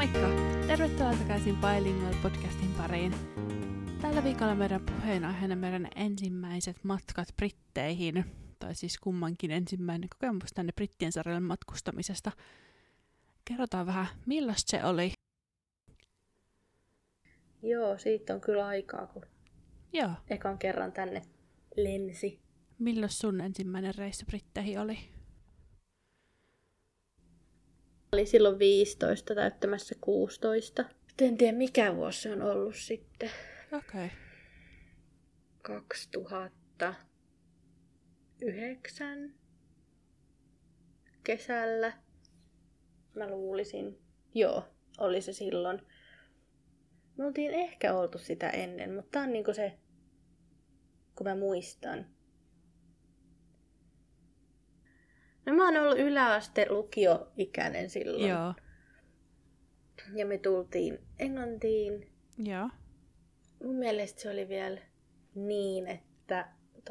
Moikka! Tervetuloa takaisin Bilingual podcastin pariin. Tällä viikolla meidän puheenaiheena meidän ensimmäiset matkat Britteihin, tai siis kummankin ensimmäinen kokemus tänne Brittien saarelle matkustamisesta. Kerrotaan vähän, millaista se oli. Joo, siitä on kyllä aikaa, kun Joo. ekan kerran tänne lensi. Milloin sun ensimmäinen reissu Britteihin oli? Oli silloin 15 täyttämässä 16. En tiedä mikä vuosi se on ollut sitten. Okei. 2009 kesällä. Mä luulisin. Joo, oli se silloin. Me oltiin ehkä oltu sitä ennen, mutta tää on niinku se, kun mä muistan. No mä oon ollut yläaste lukioikäinen silloin. Joo. Ja me tultiin Englantiin. Joo. Mun mielestä se oli vielä niin, että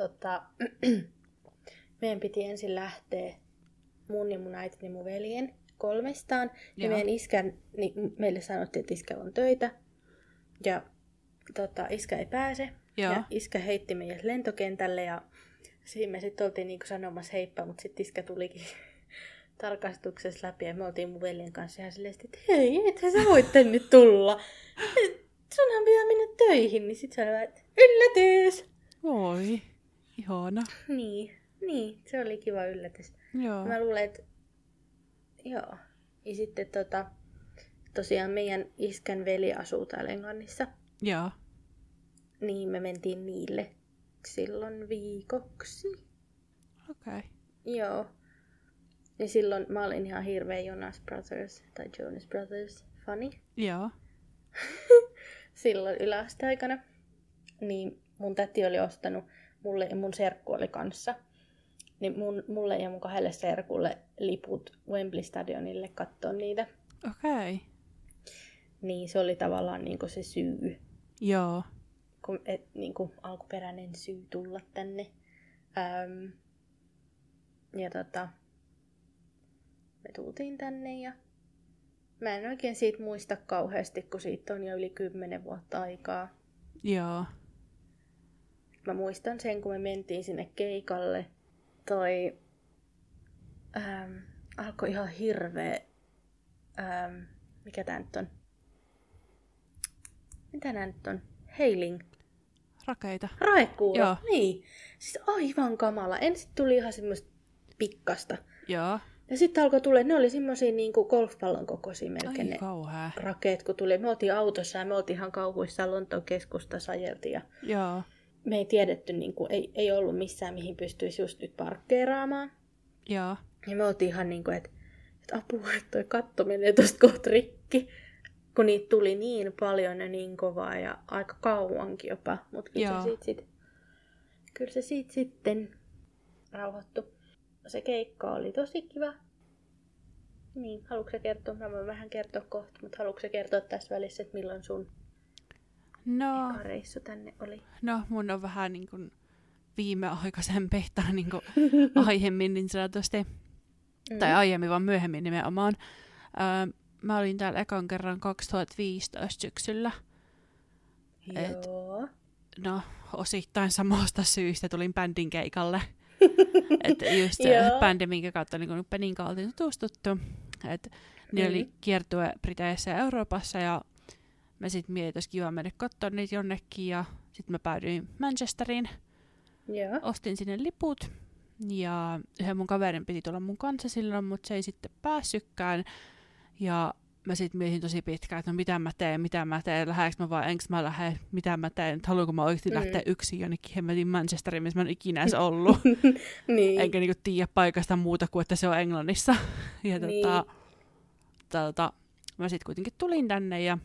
meidän piti ensin lähteä mun ja mun äitin ja mun veljen kolmestaan. Ja meidän iskän, niin meille sanottiin, että iskä on töitä. Ja iskä ei pääse. Joo. Ja iskä heitti meidät lentokentälle ja siinä me sitten oltiin niinku sanomassa heippa, mutta sitten iskä tulikin tarkastuksessa läpi ja me oltiin mun veljen kanssa ihan silleen, että hei, ethän sä voit tänne tulla. Sunhan pitää mennä töihin, niin sit sanoi, että yllätys! Voi, ihana. Niin, se oli kiva yllätys. Joo. Mä luulen, että joo. Ja sitten tosiaan meidän iskän veli asuu täällä Englannissa. Joo. Niin me mentiin niille silloin viikoksi. Okei. Joo. Ja silloin mä olin ihan hirveä Jonas Brothers tai Jonas Brothers fani. Joo. Silloin yläasteaikana. Niin mun täti oli ostanut mulle ja mun serkku oli kanssa. Niin mulle ja mun 2 serkulle liput Wembley Stadionille katsoa niitä. Okei. Niin se oli tavallaan niinku se syy. Joo. Niinku alkuperäinen syy tulla tänne. Ja me tultiin tänne ja mä en oikein siitä muista kauheasti, kun siitä on jo yli 10 vuotta aikaa. Joo. Mä muistan sen, kun me mentiin sinne keikalle. Toi alkoi ihan hirveä. Mikä tää nyt on? Mitä nää nyt on? Hailing. Rakeita. Raekuuro. Joo. Niin. Siis aivan kamala. Ensin tuli ihan semmoista pikkasta. Joo. Ja sitten alkoi tulla, ne oli semmosia niinku golfpallon kokoisia melkein Ai ne kauhea. rakeet, kun tuli. Me oltiin autossa ja me oltiin ihan kauhuissaan Lontoon keskustassa ajeltiin. Ja Joo. me ei tiedetty, niinku, ei ollut missään, mihin pystyisi just nyt parkkeeraamaan. Joo. Ja me oltiin ihan niinku, että apua, että toi katto menee tosta kohta rikki. Kun niitä tuli niin paljon ja niin kovaa ja aika kauankin jopa. Mutta kyllä se siitä sitten rauhoittui. Se keikka oli tosi kiva. Niin, haluatko sä kertoa? Mä voin vähän kertoa kohta, mutta haluatko sä kertoa tässä välissä, että milloin sun eka reissu tänne oli? No, mun on vähän niin kuin viimeaikaisempi tai niin kuin aiemmin niin sanotusti. Tai aiemmin, vaan myöhemmin nimenomaan. Mä olin täällä ekan kerran 2015 syksyllä. Joo. No, osittain samasta syystä tulin bändin keikalle. Että just se bändi, minkä kautta niin Penin kanssa oltiin tutustuttu. Että ne oli kiertue Briteissä ja Euroopassa ja mä sitten mietin, että olisi kiva mennä katsoa niitä jonnekin. Ja sitten mä päädyin Manchesteriin. Joo. Ostin sinne liput. Ja yhden mun kaverin piti tulla mun kanssa silloin, mutta se ei sitten päässytkään. Ja mä sitten mietin tosi pitkään, että no mitä mä teen, lähdekö mä vai enkö mä lähde, mitä mä teen, että haluanko mä oikeasti lähteä yksin jonnekin hemmetin Manchesteriin, missä mä en ikinä edes ollut. Niin. Enkä niinku tiedä paikasta muuta kuin, että se on Englannissa. Ja niin. Mä sitten kuitenkin tulin tänne ja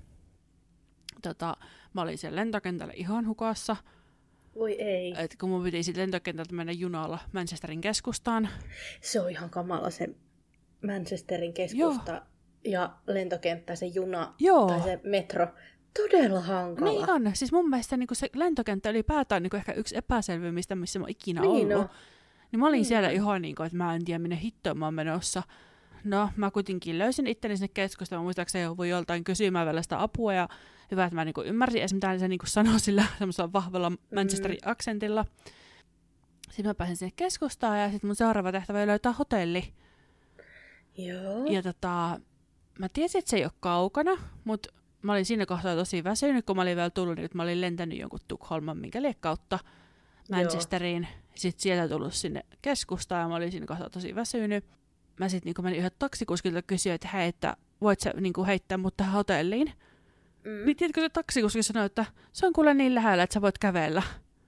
mä olin siellä lentokentällä ihan hukassa. Voi ei. Et kun mun piti sitten lentokentältä mennä junalla Manchesterin keskustaan. Se on ihan kamala se Manchesterin keskusta. Joo. Ja lentokenttä, se juna tai se metro. Todella hankala. Niin on. Siis mun mielestä niin se lentokenttä ylipäätään niin ehkä yksi epäselvimmistä, missä mä oon ikinä ollut. No. Niin mä olin siellä ihan niin kuin, että mä en tiedä minne hittoon mä oon menossa. no mä kuitenkin löysin itteni sinne keskustaan. Muistaakseni voi joltain kysymään vielä sitä apua ja hyvä, että mä niinku ymmärsin edes mitä se niinku sanoi sillä semmoisella vahvalla Manchesterin aksentilla. Sitten mä pääsin sinne keskustaan ja sitten mun seuraava tehtävä oli löytää hotelli. Joo. Ja mä tiesin, että se ei ole kaukana, mutta mä olin siinä kohtaa tosi väsynyt, kun mä olin vielä tullut, niin mä olin lentänyt jonkun Tukholman minkä kautta Manchesteriin. Sitten sieltä tullut sinne keskustaan ja mä olin siinä kohtaa tosi väsynyt. Mä sitten niin menin yhden taksikuskilta kysyä, että hei, että voit sä niin heittää mut tähän hotelliin? Niin tiedätkö se taksikuski sanoi, että se on kuule niin lähellä, että sä voit kävellä.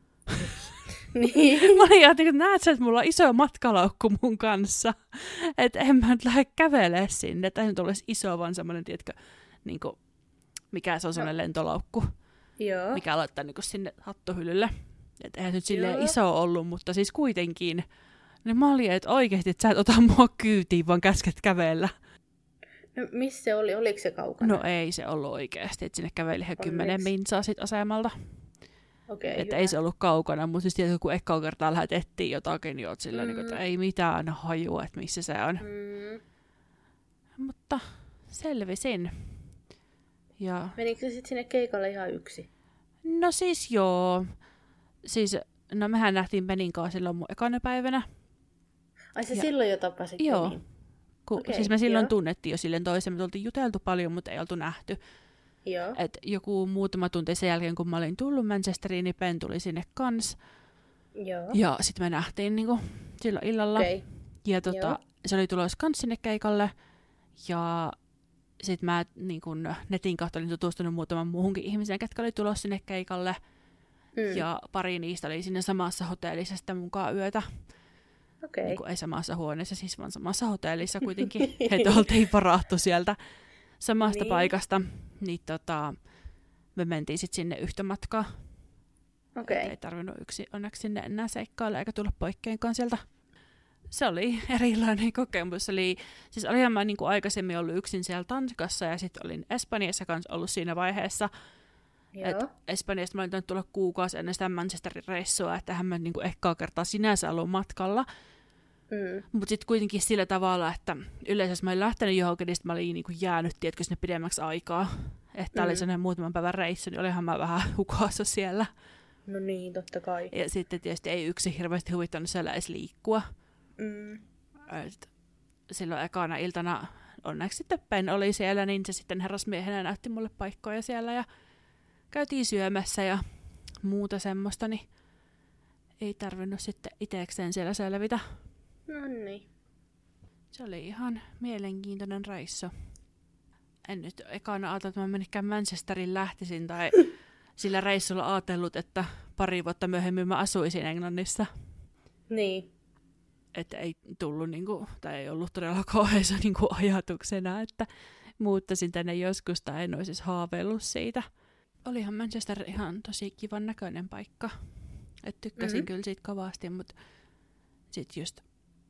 Niin. Mä olin ihan, että näet sä, että mulla on iso matkalaukku mun kanssa. Että en mä nyt lähde kävelemään sinne. Että ei nyt olisi iso, vaan semmoinen, tiedätkö, niin kuin, mikä se on semmoinen lentolaukku. Joo. Mikä laittaa niin kuin sinne hattuhyllylle. Että eihän se nyt silleen iso ollut, mutta siis kuitenkin. Niin mä olin, että oikeasti, että sä et ota mua kyytiin, vaan käsket kävellä. No missä se oli? Oliko se kaukana? No ei se ollut oikeasti, että sinne käveli ihan 10 minsaa sit asemalta. Okei, että ei se ollut kaukana, mutta siis tietysti kun ekkaa kertaa lähetettiin jotakin, niin oot sillä, niin että ei mitään hajua, että missä se on. Mutta selvisin. Ja menikö se sitten sinne keikalle ihan yksi? no siis joo. Siis, no mehän nähtiin Benin kanssa silloin mun ekana päivänä. Ai se silloin jo tapasit? Joo. Benin? Siis me silloin tunnettiin jo silleen toisen. Me oltiin juteltu paljon, mutta ei oltu nähty. Joo. Et joku muutama tunti sen jälkeen, kun mä olin tullut Manchesteriin, niin Ben tuli sinne kans. Joo. Ja sitten me nähtiin niinku silloin illalla. Okay. Ja se oli tulossa kans sinne keikalle. Ja sitten mä niinku netin kautta olin tutustunut muutaman muuhunkin ihmiseen, ketkä oli tulossa sinne keikalle. Ja pari niistä oli siinä samassa hotellissa sitten mukaan yötä. Okay. Niin ei samassa huoneessa, siis vaan samassa hotellissa kuitenkin. Heitä oltiin varattu sieltä samasta paikasta. Niin me mentiin sitten sinne yhtä matkaa. Okay. Ei tarvinnut yksi onneksi sinne enää seikkailla eikä tulla poikkeenkaan sieltä. Se oli erilainen kokemus. Siis olinhan mä niin kuin aikaisemmin ollut yksin siellä Tanskassa ja sitten olin Espanjassa kanssa ollut siinä vaiheessa. Espanjasta mä olin tulla kuukausi ennen sitä Manchesterin reissua, että eihän mä niinku ekkaa kertaa sinänsä ollut matkalla. Mutta sitten kuitenkin sillä tavalla, että yleensä jos mä olin lähtenyt johonkin, niin mä olin niinku jäänyt, tiedätkö, sinne pidemmäksi aikaa. Että oli sellainen muutaman päivän reissu, niin olihan mä vähän hukassa siellä. No niin, totta kai. Ja sitten tietysti ei yksi hirveästi huvittanut siellä edes liikkua. Silloin ekana iltana onneksi sitten Ben oli siellä, niin se sitten herrasmiehenä näytti mulle paikkoja siellä ja käytiin syömässä ja muuta semmoista, niin ei tarvinnut sitten itsekseen siellä selvitä. No niin. Se oli ihan mielenkiintoinen reissu. En nyt ekana ajatellut, että mä menikään Manchesterin lähtisin tai sillä reissulla ajatellut, että pari vuotta myöhemmin mä asuisin Englannissa. Niin. Että ei tullut tai ei ollut todella kauheessa ajatuksena, että muuttaisin tänne joskus tai en olisi haaveillut siitä. Olihan Manchester ihan tosi kivan näköinen paikka. Et tykkäsin kyllä siitä kovasti, mutta sitten just,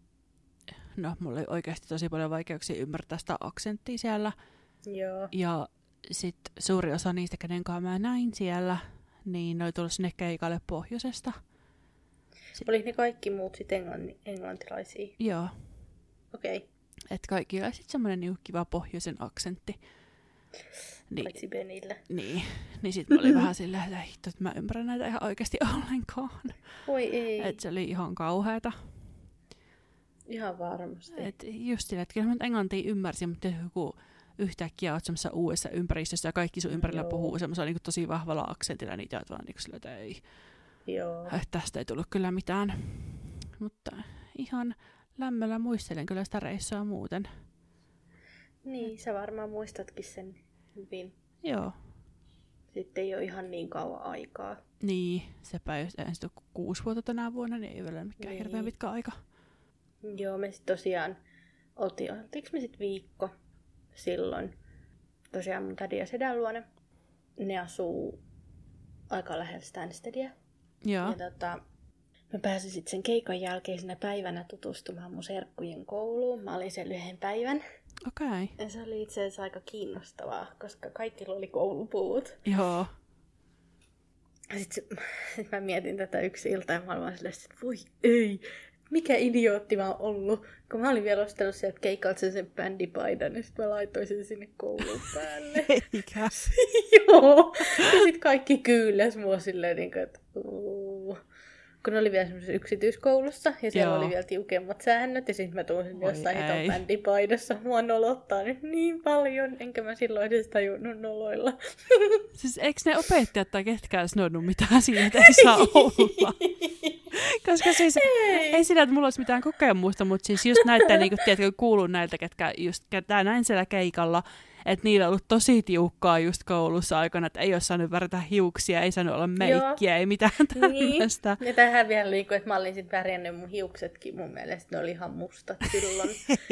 no mulla oli oikeasti tosi paljon vaikeuksia ymmärtää sitä aksenttia siellä. Joo. Ja sitten suuri osa niistä, kenen kanssa mä näin siellä, niin ne oli tullut sinne keikalle pohjoisesta. Oliko ne kaikki muut sitten englantilaisia? Joo. Okei. Okay. Että kaikki oli sitten semmoinen kiva pohjoisen aksentti. Niin, paitsi Benille. Niin sit mä olin vähän silleen, että hitto, että mä ymmärrän näitä ihan oikeasti ollenkaan. Oi ei. Että se oli ihan kauheata. Ihan varmasti. Et just sillä, että kyllä mä nyt englantia ymmärsin, mutta joku yhtäkkiä oot semmoisessa uudessa ympäristössä ja kaikki sun ympärillä puhuu semmoisella niin tosi vahvalla aksentilla, niin teet vaan niin sillä, että ei. Joo. Tästä ei tullut kyllä mitään. Mutta ihan lämmöllä muistelen kyllä sitä reissua muuten. Niin, sä varmaan muistatkin sen hyvin. Joo. Sitten ei ole ihan niin kauan aikaa. Niin, sepä just ensin 6 vuotta tänä vuonna, niin ei vielä mikään hirveän pitkä aika. Joo, me sitten tosiaan oltiinko me sitten viikko silloin tosiaan mun tädi ja sedän luona. Ne asuu aika lähellä Stanstedia. Joo. Ja mä pääsin sitten sen keikan jälkeisenä päivänä tutustumaan mun serkkujen kouluun. Mä olin sen 1 päivän. Okei. Okay. Ja se oli itse asiassa aika kiinnostavaa, koska kaikilla oli koulupuvut. Joo. Sitten mä mietin tätä yksi ilta ja mä olin silleen, että voi ei, mikä idiootti mä oon ollut. Kun mä olin vielä ostanut sieltä keikalta sen bändipaidan, ja sit mä laitoin sen sinne koulun päälle. Eikä. Joo. Ja sit kaikki kyyläs mua silleen, niin kuin, että kun ne oli vielä semmoisessa yksityiskoulussa, ja siellä oli vielä tiukemmat säännöt, ja sitten mä tuun jossain hiton bändipaidassa. Mua nolottaa nyt niin paljon, enkä mä silloin edes tajunnut noloilla. Siis eikö ne opettajat tai ketkään sanonut mitään siitä, että ei saa olla? Koska siis ei sillä, että mulla olisi mitään kokemusta, mutta siis just näitä, niin kun tiedätkö, kuuluu näiltä, ketkä just näin siellä keikalla, että niillä on ollut tosi tiukkaa just koulussa aikana, että ei ole saanut värjätä hiuksia, ei saanut olla meikkiä, ei mitään tällaista. Niin. Ja tähän vielä liikkuu, että mä olin sitten värjännyt mun hiuksetkin, mun mielestä ne oli ihan mustat silloin.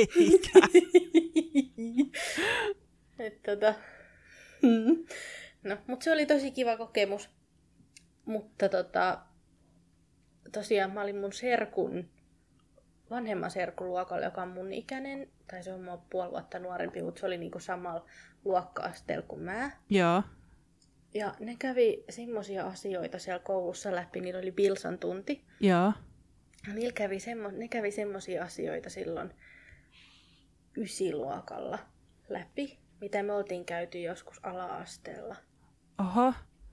No, mutta se oli tosi kiva kokemus. Mutta tosiaan mä olin mun vanhemman serkun luokalla, joka on mun ikäinen, tai se on mua puoli vuotta nuorempi, mutta se oli niinku samalla luokka-asteella kuin mä. Joo. Ja ne kävi semmosia asioita siellä koulussa läpi, niillä oli Bilsan tunti. Joo. Ne kävi semmosia asioita silloin 9-luokalla läpi, mitä me oltiin käyty joskus ala-asteella. Oho.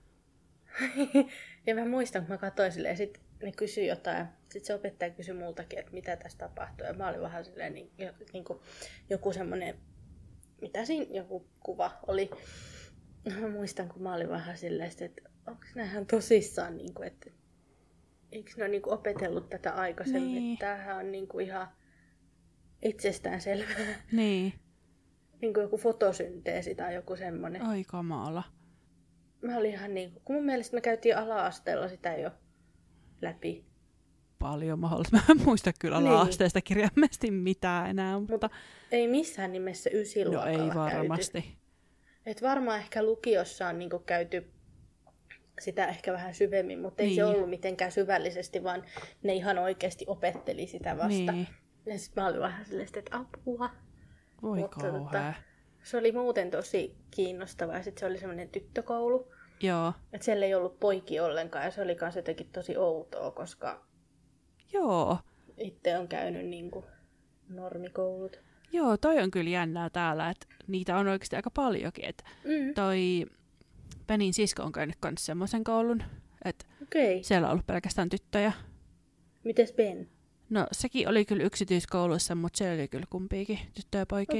Ja mä muistan, kun mä katsoin silleen, sit ne kysyi jotain. Sitten se opettaja kysyi multakin, että mitä tässä tapahtuu. Ja mä olin vähän silleen, niin kuin joku semmoinen, mitä siinä joku kuva oli. Mä muistan, kun mä olin vähän silleen, että onko nämähän tosissaan, niin kuin, että eikö ne ole niin kuin opetellut tätä aikaisemmin. Niin. Tämähän on niin kuin ihan itsestäänselvää. Niin. Niin kuin joku fotosynteesi tai joku semmoinen. Ai kamala. Mä olin ihan niin kuin, kun mun mielestä me käytiin ala-asteella sitä jo läpi. Paljon mahdollista. Mä en muista kyllä ala-asteesta kirjaimellisesti mitään enää. Mutta ei missään nimessä 9-luokalla no ei varmasti. Käyty. Et varmaan ehkä lukiossa on niinku käyty sitä ehkä vähän syvemmin, mutta ei se ollut mitenkään syvällisesti, vaan ne ihan oikeasti opetteli sitä vasta. Niin. Ja sitten mä olin vähän silleen, että apua. Voi kauhea. Se oli muuten tosi kiinnostavaa. Ja sitten se oli semmoinen tyttökoulu. Joo. Että siellä ei ollut poikia ollenkaan. Ja se oli myös jotenkin tosi outoa, koska joo. Itse on käynyt niinku normikoulut. Joo, toi on kyllä jännää täällä, että niitä on oikeasti aika paljonkin. Toi Benin sisko on käynyt myös semmoisen koulun, että siellä on ollut pelkästään tyttöjä. Mites Ben? No sekin oli kyllä yksityiskoulussa, mutta se oli kyllä kumpiikin tyttöjä ja poikia.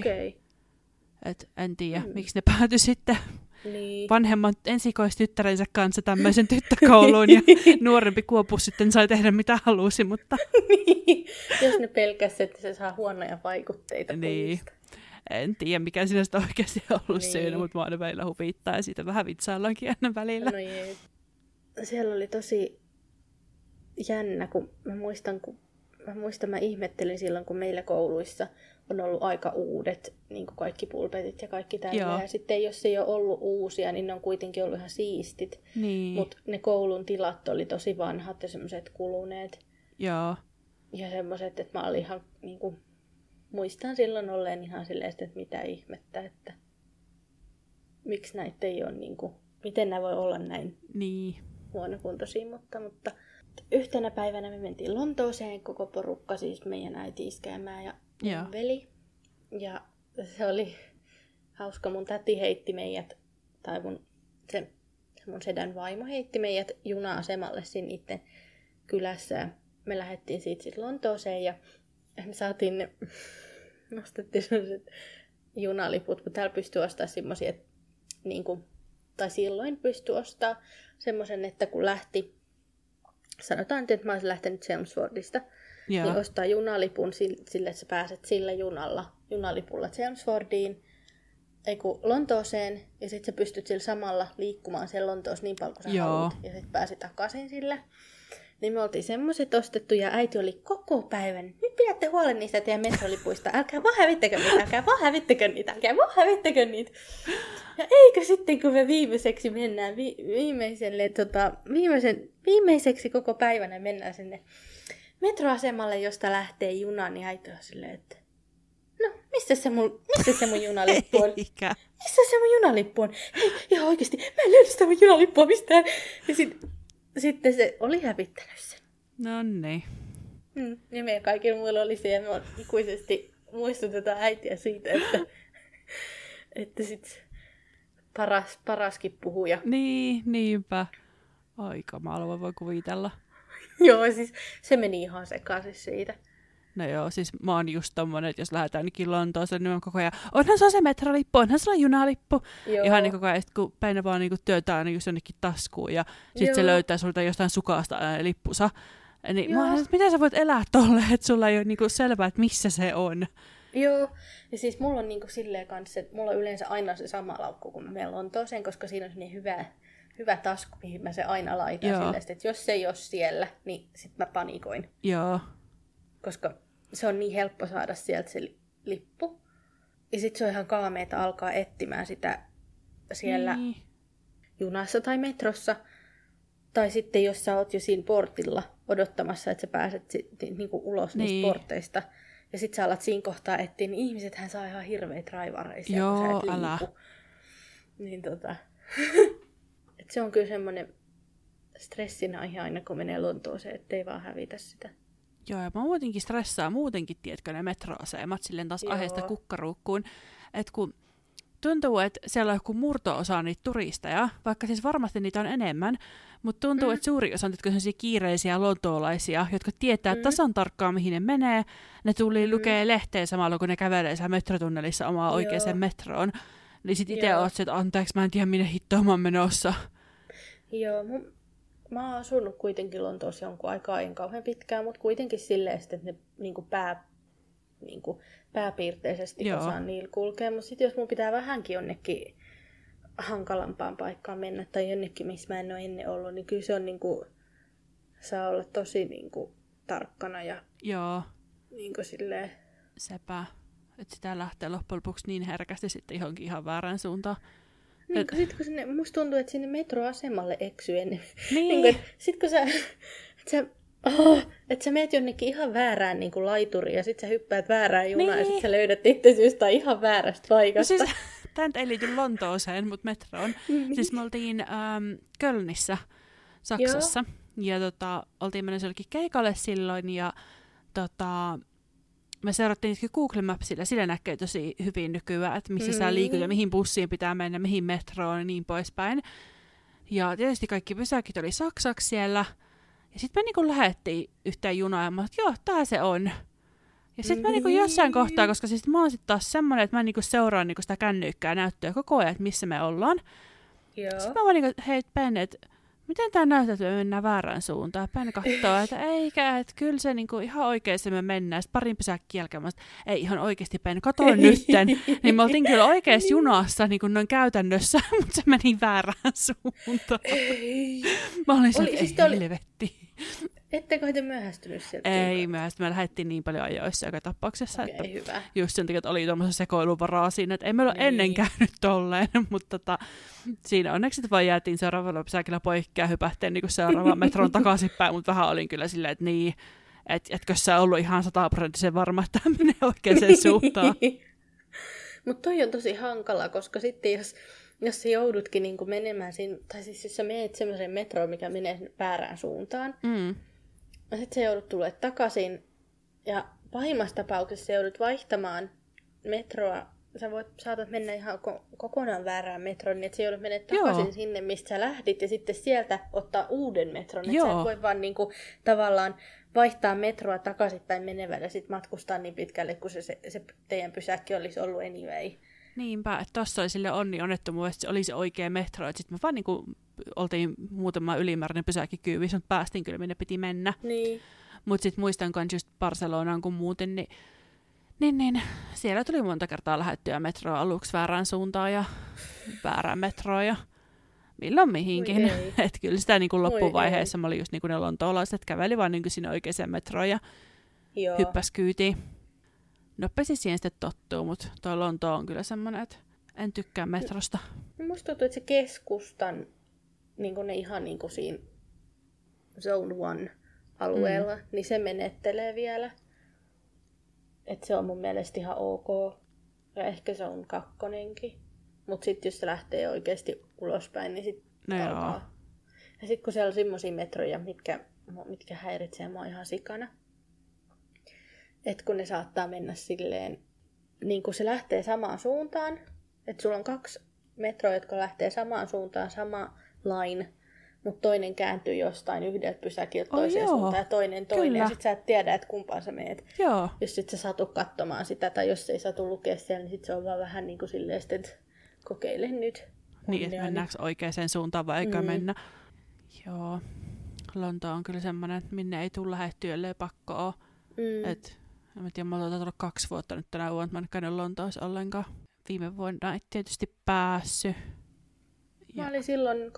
Et en tiedä, miksi ne päätyi sitten vanhemman ensikoistyttärensä kanssa tämmöisen tyttökouluun ja nuorempi kuopus sitten sai tehdä mitä halusi, mutta jos ne pelkäsi, että se saa huonoja vaikutteita pojista. En tiedä, mikä siinä sitä oikeasti on ollut syynä, mutta mua ne välillä huvittaa ja siitä vähän vitsaillaankin aina välillä. No siellä oli tosi jännä, kun mä ihmettelin silloin, kun meillä kouluissa on ollut aika uudet, niin kuin kaikki pulpetit ja kaikki tällä. Ja sitten jos ei ole ollut uusia, niin ne on kuitenkin ollut ihan siistit. Niin. Mutta ne koulun tilat oli tosi vanhat ja semmoiset kuluneet. Joo. Ja semmoiset, että mä olin ihan, niin kuin, muistan silloin olleen ihan silleen, että mitä ihmettä, että miksi näitä ei ole, niin kuin, miten nämä voi olla näin huonokuntoisia. Mutta yhtenä päivänä me mentiin Lontooseen, koko porukka, siis meidän äiti, iskä ja mä ja mun veli. Ja se oli hauska, mun täti heitti meidät, tai mun sedän vaimo heitti meidät juna-asemalle siinä itse kylässä. Me lähdettiin siitä sitten Lontooseen ja me saatiin, nostettiin sellaiset junaliput, kun täällä pystyy ostamaan semmoisia, niin tai silloin pystyy ostamaan semmoisen, että kun lähti, sanotaan, että mä olisin lähtenyt Chelmsfordista, niin ostaa junalipun sille, että sä pääset sillä junalipulla Chelmsfordiin, Lontooseen, ja sitten sä pystyt sillä samalla liikkumaan siellä Lontoossa niin paljon kuin sä haluat, ja sitten pääsit takaisin sille. Niin me oltiin semmoiset ostettu, ja äiti oli koko päivän, nyt pidätte huolen niistä teidän metrolipuista, älkää vaan hävittäkö niitä. Ja eikö sitten, kun me viimeiseksi mennään, viimeiseksi koko päivänä mennään sinne metroasemalle, josta lähtee juna, niin äiti on silleen, että no, missä se mun junalippu on? Missä se mun junalippu on? Hei, ihan oikeesti, mä en löydä sitä mun junalippua mistään. Ja sitten se oli hävittänyt sen. No niin. Ja meidän kaikilla muilla oli se, ja me ikuisesti muistutetaan äitiä siitä, että sit paraskin puhuja. Niinpä. Aika malva voi kuvitella. Joo, siis se meni ihan sekaisin siitä. No joo, siis mä oon just tommonen, että jos lähdetään ainakin Lontooseen, niin on koko ajan, onhan se metrolippu, onhan se junalippu. Joo. Ihan niin koko ajan, kun Päinä vaan niin työtää niin just jonnekin taskuun ja sitten se löytää sulta jostain sukasta lippusa. Niin mä oon, että miten sä voit elää tolleen, että sulla ei ole niin selvää, että missä se on. Joo, ja siis mulla on niin silleen kanssa, että mulla on yleensä aina se sama laukku, kun mä menen Lontooseen, koska siinä on niin hyvä tasku, mihin mä se aina laitan silleen, että jos se ei ole siellä, niin sit mä panikoin. Joo. Koska se on niin helppo saada sieltä se lippu. Ja sit se on ihan kaameeta alkaa etsimään sitä siellä junassa tai metrossa. Tai sitten jos sä oot jo siinä portilla odottamassa, että sä pääset niinku ulos niistä porteista. Ja sit sä alat siinä kohtaa etsiä, niin ihmisethän saa ihan hirveitä raivareisia, kun sä et liiku. Älä. Niin et se on kyllä semmoinen stressin aihe aina, kun menee Lontooseen, ettei vaan hävitä sitä. Joo, ja mä muutenkin stressaa muutenkin, tiedätkö, ne metroasemat silleen taas aiheesta kukkaruukkuun. Että kun tuntuu, että siellä on joku murto-osa niitä turisteja, vaikka siis varmasti niitä on enemmän, mutta tuntuu, että suuri osa on sellaisia kiireisiä lontoolaisia, jotka tietää tasan tarkkaan, mihin ne menee. Ne lukee lehteen samalla, kun ne kävelee siellä metrotunnelissa omaa oikeaan metroon. Niin sit itse oot se, että anteeksi, mä en tiedä, minne hittoon mä oon menossa. Joo, mä oon asunut kuitenkin Lontoossa jonkun aikaa, en kauhean pitkään, mutta kuitenkin silleen, että ne pääpiirteisesti osaan niillä kulkea. Mutta sitten jos mun pitää vähänkin jonnekin hankalampaan paikkaan mennä tai jonnekin, missä mä en ole ennen ollut, niin kyllä se on saa olla tosi tarkkana ja silleen. Sepä, että sitä lähtee loppujen lopuksi niin herkästi sitten johonkin ihan väärään suuntaan. Niin, kun musta tuntuu, että sinne metroasemalle eksyy ennen. Niin. Sitten kun sä meet jonnekin ihan väärään laituriin ja sit sä hyppäät väärään junaan ja sit sä löydät itse jostain ihan väärästä paikasta. No siis, tämä ei liity Lontooseen, mutta metroon. Siis me oltiin Kölnissä, Saksassa. Ja oltiin mennessä jollekin keikalle silloin ja me seurattiin Google Mapsilla, sillä näkee tosi hyvin nykyään, että missä sä liikut ja mihin bussiin pitää mennä, mihin metroon ja niin poispäin. Ja tietysti kaikki pysäkit oli saksaksi siellä. Ja sitten me lähdettiin yhteen junaan ja mä että joo, tää se on. Ja sitten mä jossain kohtaa, koska siis mä oon sitten taas semmonen, että mä seuraan sitä kännykkää näyttöä koko ajan, että missä me ollaan. Sitten mä vaan hei Ben, että miten tää näyttää, että me mennään väärään suuntaan? Ben katsoo, että eikä, että kyllä se ihan oikein me mennään. Sitten parin pysäkkiä jälkeen, ei ihan oikeasti Ben, kato nytten. Niin me oltiin kyllä oikeassa junassa noin käytännössä, mutta se meni väärään suuntaan. Mä olin se, että ei helvetti. Ettekö te myöhästynyt sieltä? Ei myöhästynyt. Me lähdettiin niin paljon ajoissa joka tapauksessa. Okei, että hyvä. Just sen takia, että oli tuommoisen sekoiluvaraa siinä, että ei meillä ole ennen käynyt tolleen, mutta siinä onneksi vaan jäätiin seuraavalla pysäkillä poikki ja hypähteen seuraavaan metron takaisinpäin, mutta vähän olin kyllä silleen, että niin, etkö sä ollut ihan 100% varma, että tämä menee oikeaan suuntaan. Mutta toi on tosi hankala, koska sitten jos sä joudutkin menemään siinä, tai siis jos sä menet semmoiseen metroon, mikä menee väärään suuntaan, ja sitten sä joudut tulemaan takaisin, ja pahimmassa tapauksessa sä joudut vaihtamaan metroa, saatat mennä ihan kokonaan väärään metroon, niin että sä joudut menemään takaisin sinne, mistä sä lähdit, ja sitten sieltä ottaa uuden metron, että sä et voi vaan tavallaan vaihtaa metroa takaisinpäin menevällä ja sitten matkustaa niin pitkälle, kun se teidän pysäkki olisi ollut anyway. Niinpä, että tossa oli sille onnettomuus, että se oli se oikea metro, että sitten me vaan oltiin muutama ylimääräinen pysäkki kyyvissä, mutta päästiin kyllä, minne piti mennä. Niin. Mutta sitten muistan kans just Barcelonaan, kun muuten, niin siellä tuli monta kertaa lähdettyä metroa aluksi väärään suuntaan ja väärään metroa ja milloin mihinkin. Että kyllä sitä loppuvaiheessa mä olin just ne lontoolaiset, käveli vaan sinne oikeaan metroon ja hyppäs kyytiin. Nopeasti siihen sitten tottuu, mutta tuo Lonto on kyllä semmoinen, että en tykkää metrosta. Musta tuntuu, että se keskustan, ne ihan siinä Zone 1 alueella, niin se menettelee vielä. Että se on mun mielestä ihan ok. Ja ehkä se on 2. Mutta sitten jos se lähtee oikeasti ulospäin, niin sitten alkaa. Ja sitten kun siellä on semmosia metroja, mitkä häiritsee mua ihan sikana. että kun ne saattaa mennä silleen, niin kun se lähtee samaan suuntaan, että sulla on 2 metroa, jotka lähtee samaan suuntaan, sama line, mutta toinen kääntyy jostain yhdeltä pysäkiltä toiseen suuntaan ja toinen. Kyllä. Ja sit sä et tiedä, että kumpaan sä meet. Joo. Jos sit sä satu katsomaan sitä, tai jos ei satu lukea siellä, niin sit se on vaan vähän niin kuin silleen, että kokeile nyt. Niin, että mennäänkö oikeaan suuntaan vai eikö mennä. Joo. Lonto on kyllä semmoinen, että minne ei tule lähettyä, ellei pakko ole. En tiedä, mä oon ollut 2 vuotta nyt tänä vuonna, että mä en käynyt Lontoossa ollenkaan. Viime vuonna et tietysti päässyt. Mä olin silloin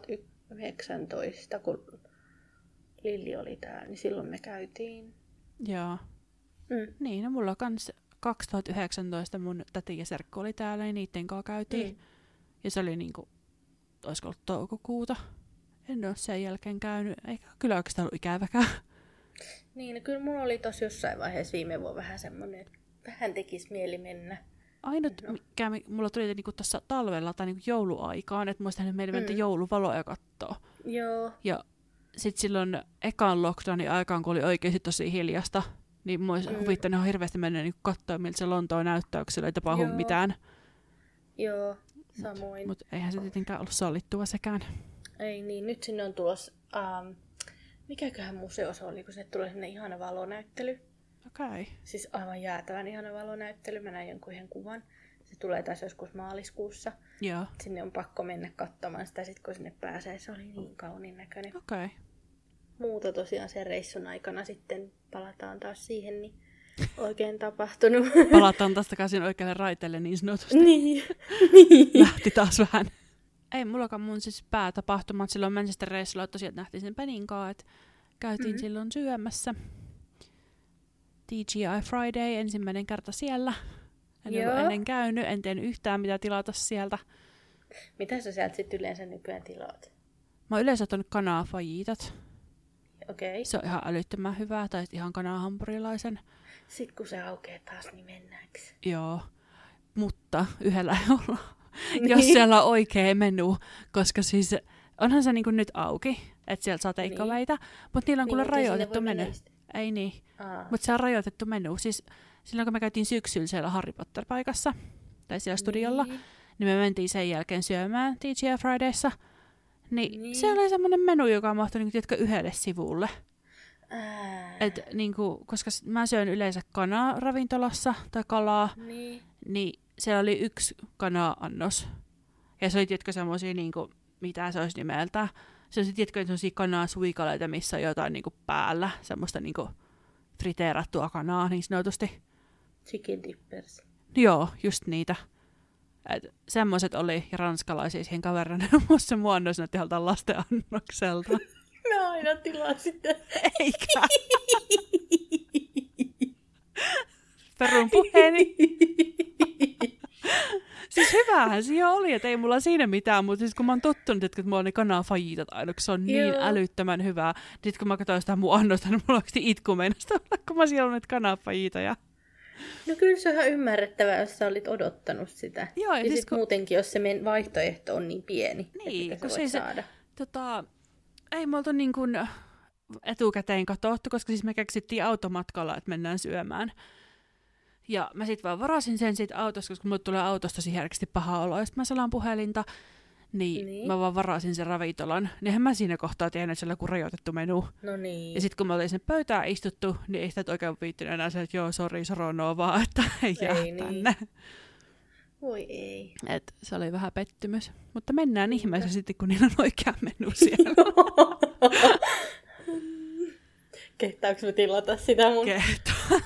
2019, kun Lilli oli täällä, niin silloin me käytiin. Joo. Niin, no mulla kans 2019 mun täti ja serkku oli täällä ja niitten kanssa käytiin. Ja se oli niinku, olisiko ollut toukokuuta. En ole sen jälkeen käynyt, eikä kyllä oikeastaan ollut ikäväkään. Niin, no kyllä mulla oli tossa jossain vaiheessa viime vuonna vähän semmonen, että vähän tekisi mieli mennä. Ainut, mikä mulla tuli niinku tuossa talvella tai niinku jouluaikaan, että muistan, että meillä mennä jouluvaloja kattoo. Joo. Ja sitten silloin ekan lockdownin aikaan, kun oli oikeasti tosi hiljasta, niin mua olisi huvittanut ihan hirveästi mennä niinku katsoa, miltä se Lontoon näyttää, kun siellä ei tapahdu mitään. Joo, samoin. Mutta eihän se tietenkään ollut sallittua sekään. Ei niin, nyt sinne on tulossa, mikäköhän museo se oli, kun sinne tulee sinne ihana valonäyttely. Okei. Siis aivan jäätävän ihana valonäyttely, mä näin jonkun yhden kuvan. Se tulee taas joskus maaliskuussa. Joo. Sinne on pakko mennä katsomaan sitä, sit kun sinne pääsee. Se oli niin kauniin näköinen. Okei. Muuta tosiaan sen reissun aikana sitten palataan taas siihen, niin oikein tapahtunut. Palataan taas takaisin oikealle raiteelle niin sanotusti. Niin. Lähti taas vähän. Ei mullakaan mun siis päätapahtumat silloin Manchester-reissulla, että tosiaan nähtiin sen Penin kanssa, että käytiin silloin syömässä. TGI Friday, ensimmäinen kerta siellä. En ollut ennen käynyt, en tiennyt yhtään mitä tilata sieltä. Mitä sä sieltä sitten yleensä nykyään tilaat? Mä oon yleensä ottanut kanaa fajitat. Okei. Se on ihan älyttömän hyvää, tai ihan kanaa hampurilaisen. Sitten kun se aukeaa taas, niin mennäänkö? Joo, mutta yhdellä ei olla. Jos siellä on oikea menu, koska siis onhan se niinku nyt auki, että sieltä saa takeawayta, mutta niillä on kuule rajoitettu menu. Ei niin, mutta se on rajoitettu menu. Siis silloin kun me käytiin syksyllä siellä Harry Potter-paikassa, tai siellä studiolla, niin me mentiin sen jälkeen syömään TGI Fridayssa. Niin se oli semmoinen menu, joka mahtui niinku, yhdelle sivulle. Et, niinku, koska mä syön yleensä kanaa ravintolassa tai kalaa, niin siellä oli 1 kana-annos. Ja se oli tietkö semmosia, niinku, mitä se olisi nimeltä. Se oli tietkö semmosia kanaa-suikaleita, missä on jotain niinku, päällä. Semmoista niinku, friteerattua kanaa niin sanotusti. Chicken dippers. Joo, just niitä. Et semmoiset oli, ja ranskalaisia siihen kaverina. Musta mua annoisi näytti haltaan lasten annokselta. Mä aina tilaan sitä. Eikä. Perun puheeni. Siis hyvähän se jo oli, että ei mulla siinä mitään, mutta siis kun mä oon tottunut, että mulla on ne kanafajitat aina, kun se on niin älyttömän hyvää. Sitten kun mä katsoin sitä mun annosta, niin mulla oikeasti itku meinasta olla, kun mä siellä on näitä kanafajitoja. No kyllä se on ihan ymmärrettävää, jos sä olit odottanut sitä. Joo, ja siis muutenkin, jos se vaihtoehto on niin pieni, niin, että sä voit saada. Ei me oltu niin kuin etukäteen katsottu, koska siis me keksittiin automatkalla, että mennään syömään. Ja mä sit vaan varasin sen siitä autosta, koska mulle tulee autosta tosi herkästi paha olo. Ja sit mä salaan puhelinta, niin mä vaan varasin sen ravintolan. Niinhän mä siinä kohtaa tiedän, että siellä on joku rajoitettu menu. No niin. Ja sit kun me oltiin sen pöytään istuttu, niin ei sitä oikein viittynyt enää se, että joo, sori, soronoa vaan, että ei jää tänne. Voi ei. Et se oli vähän pettymys. Mutta mennään ihmeessä sitten, kun niillä on oikea menu siellä. Kehtaanko mä tilata sitä mun? Kehtaan.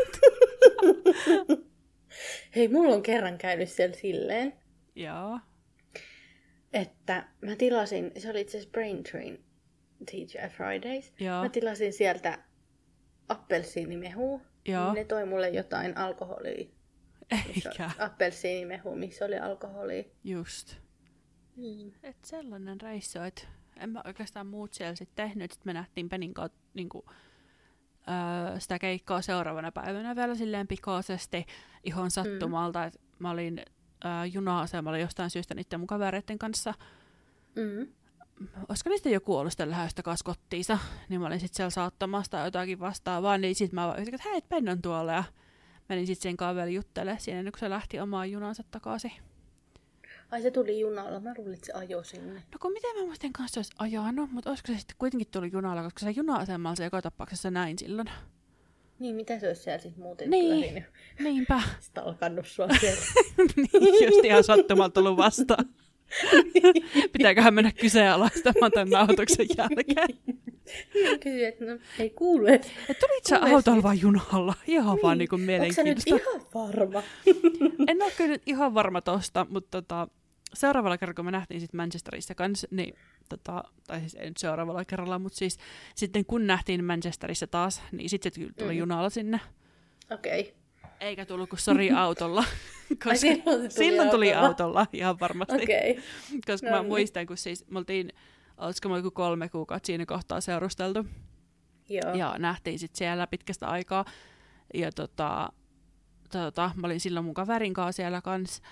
Hei, mulla on kerran käynyt siellä silleen. Joo. Että mä tilasin, se oli itse asiassa Braintreen TGI Fridays. Joo. Mä tilasin sieltä appelsiinimehua. Joo. Ne toi mulle jotain alkoholia. Eikä. Appelsiinimehua, missä oli alkoholia. Just. Et sellainen reissu, että en mä oikeastaan muut siellä sitten tehnyt. Sitten me nähtiin Penin kautta niinku, sitä keikkaa seuraavana päivänä vielä silleen pikaisesti ihan sattumalta. Et mä olin juna-asemalla jostain syystä niiden mun kavereiden kanssa. olisiko niistä joku ollut sitten lähdöstä kanssa kotiinsa, niin mä olin sitten siellä saattamassa tai jotakin vastaavaa, niin sitten mä vaan että hei, Ben on tuolla, ja menin sitten sen kanssa vielä juttelemaan siinä, ennen kuin se lähti omaan junansa takaisin. Ai se tuli junalla, mä luulin, että se ajoi sinne. No kun miten mä muistin kanssa olisi ajanut, mutta olisiko se sitten kuitenkin tuli junalla, koska se juna-asemalla se joka tapauksessa näin silloin. Niin, mitä se olisi siellä sitten muuten niin, niinpä. Sitten alkanut sua siellä. Niin, just ihan sattumalta tullut vastaan. Pitääköhän mennä kyseenalaistamaan tämän nauhoituksen jälkeen. Kysyin, että no ei kuule. Että tulit sä autolla vai junalla? Ihan niin. Vaan niinku mielenkiintoista. Onko sä nyt ihan varma? En ole kyllä nyt ihan varma tosta, mutta seuraavalla kerralla, kun me nähtiin sit Manchesterissa kanssa, niin tai siis ei nyt seuraavalla kerralla, mutta siis sitten kun nähtiin Manchesterissa taas, niin sitten se tuli junalla sinne. Okei. Okay. Eikä tullut kuin autolla. Koska silloin tuli autolla ihan varmasti. Okay. Koska mä muistan, kun siis me oltiin, olisiko me joku 3 kuukautta siinä kohtaa seurusteltu. Joo. Ja nähtiin sitten siellä pitkästä aikaa. Ja mä olin silloin mun kaverin kanssa siellä kanssa.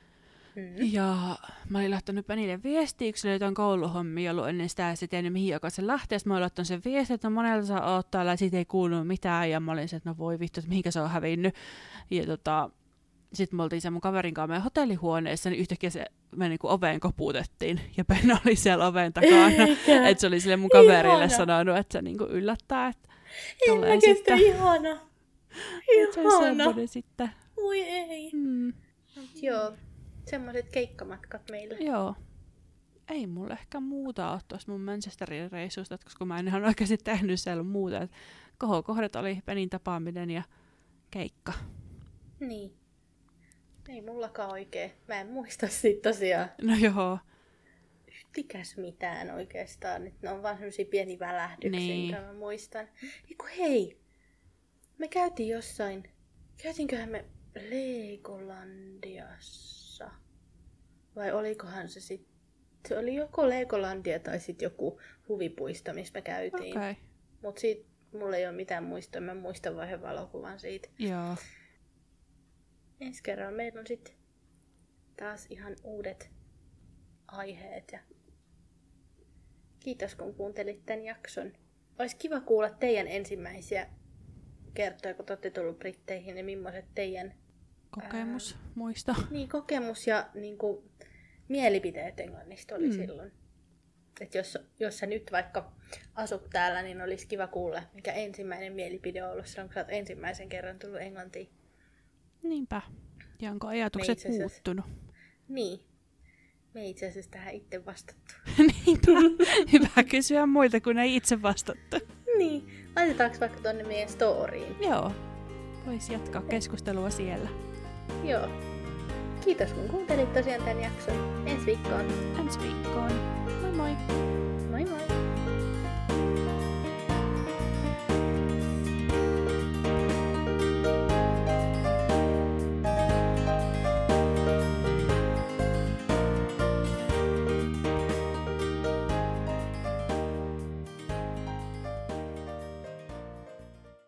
Ja mä olin lähtenyt niille viestiä, kun se oli jotain kouluhommia ollut ennen sitä, ja se tiennyt mihin joka se lähtee. Sitten mä olin laittanut sen viestin, että monelta saa ottaa, ja siitä ei kuulunut mitään. Ja mä olin se, että no voi vittu, että mihinkä se on hävinnyt. Ja sitten me oltiin sen mun kaverin kanssa meidän hotellihuoneessa, niin yhtäkkiä me niinku oveen koputettiin. Ja Ben oli siellä oven takana. Että se oli sille mun kaverille sanonut, että se niinku yllättää, että tulee sitten. Ihana. Että se on semmoinen sitten. Oi ei. Joo. Semmoiset keikkamatkat meille. Joo. Ei mulle ehkä muuta ole tuossa mun Manchesterin reissusta, koska mä en ihan oikeasti tehnyt siellä muuta. Kohokohdat oli Benin tapaaminen ja keikka. Niin. Ei mullakaan oikein. Mä en muista siitä tosiaan. No joo. Yhtikäs mitään oikeastaan. Nyt ne on vaan sellaisia pieni välähdyksiä, niin. mitä mä muistan. Hei! Me käytiin jossain. Käytiinköhän me Legolandiassa? Vai olikohan se sitten? Se oli joko Legolandia tai sitten joku huvipuisto, missä me käytiin. Okay. Mutta siitä mulla ei ole mitään muistoa. Mä muistan vain valokuvan siitä. Joo. Ensi kerralla meillä on sitten taas ihan uudet aiheet. Ja kiitos kun kuuntelit tämän jakson. Olisi kiva kuulla teidän ensimmäisiä kertoja, kun te olette tullut Britteihin, ja millaiset teidän kokemus, muista. Niin, kokemus ja niinku, mielipiteet englannista oli silloin. Että jos sä nyt vaikka asut täällä, niin olisi kiva kuulla, mikä ensimmäinen mielipide on ollut silloin, kun sä oot ensimmäisen kerran tullut Englantiin. Niinpä. Ja onko ajatukset muuttunut? Niin. Me itse asiassa tähän itse vastattu. Niinpä. Hyvä kysyä muilta, kun ei itse vastattu. Niin. Laitetaanko vaikka tonne meidän storyin? Joo. Voisi jatkaa keskustelua siellä. Joo. Kiitos kun kuuntelit tosiaan tämän jakson. Ensi viikkoon. Moi moi.